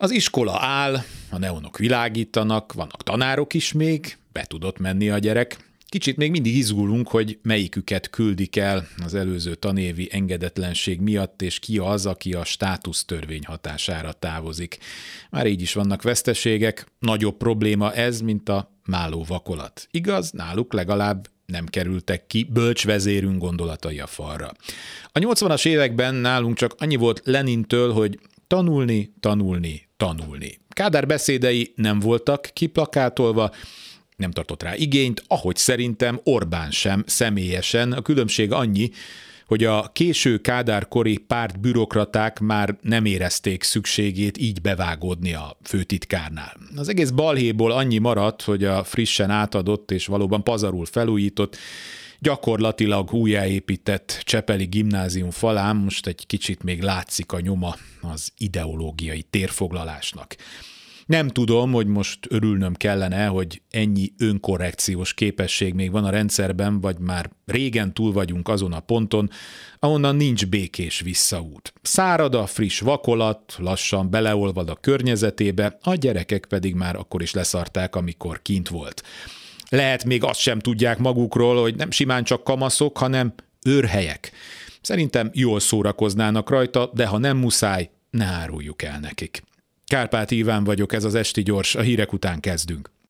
Az iskola áll, a neonok világítanak, vannak tanárok is még, be tudott menni a gyerek. Kicsit még mindig izgulunk, hogy melyiküket küldik el az előző tanévi engedetlenség miatt, és ki az, aki a státusztörvény hatására távozik. Már így is vannak veszteségek, nagyobb probléma ez, mint a máló vakolat. Igaz, náluk legalább nem kerültek ki bölcs vezérünk gondolatai a falra. A 80-as években nálunk csak annyi volt Lenintől, hogy tanulni, tanulni, tanulni. Kádár beszédei nem voltak kiplakátolva, nem tartott rá igényt, ahogy szerintem Orbán sem személyesen. A különbség annyi, hogy a késő kádárkori pártbürokraták már nem érezték szükségét így bevágódni a főtitkárnál. Az egész balhéból annyi maradt, hogy a frissen átadott és valóban pazarul felújított, gyakorlatilag újjáépített Csepeli gimnázium falán most egy kicsit még látszik a nyoma az ideológiai térfoglalásnak. Nem tudom, hogy most örülnöm kellene, hogy ennyi önkorrekciós képesség még van a rendszerben, vagy már régen túl vagyunk azon a ponton, ahonnan nincs békés visszaút. Szárad a friss vakolat, lassan beleolvad a környezetébe, a gyerekek pedig már akkor is leszarták, amikor kint volt. Lehet még azt sem tudják magukról, hogy nem simán csak kamaszok, hanem őrhelyek. Szerintem jól szórakoznának rajta, de ha nem muszáj, ne áruljuk el nekik. Kárpát Iván vagyok, ez az Esti Gyors, a hírek után kezdünk.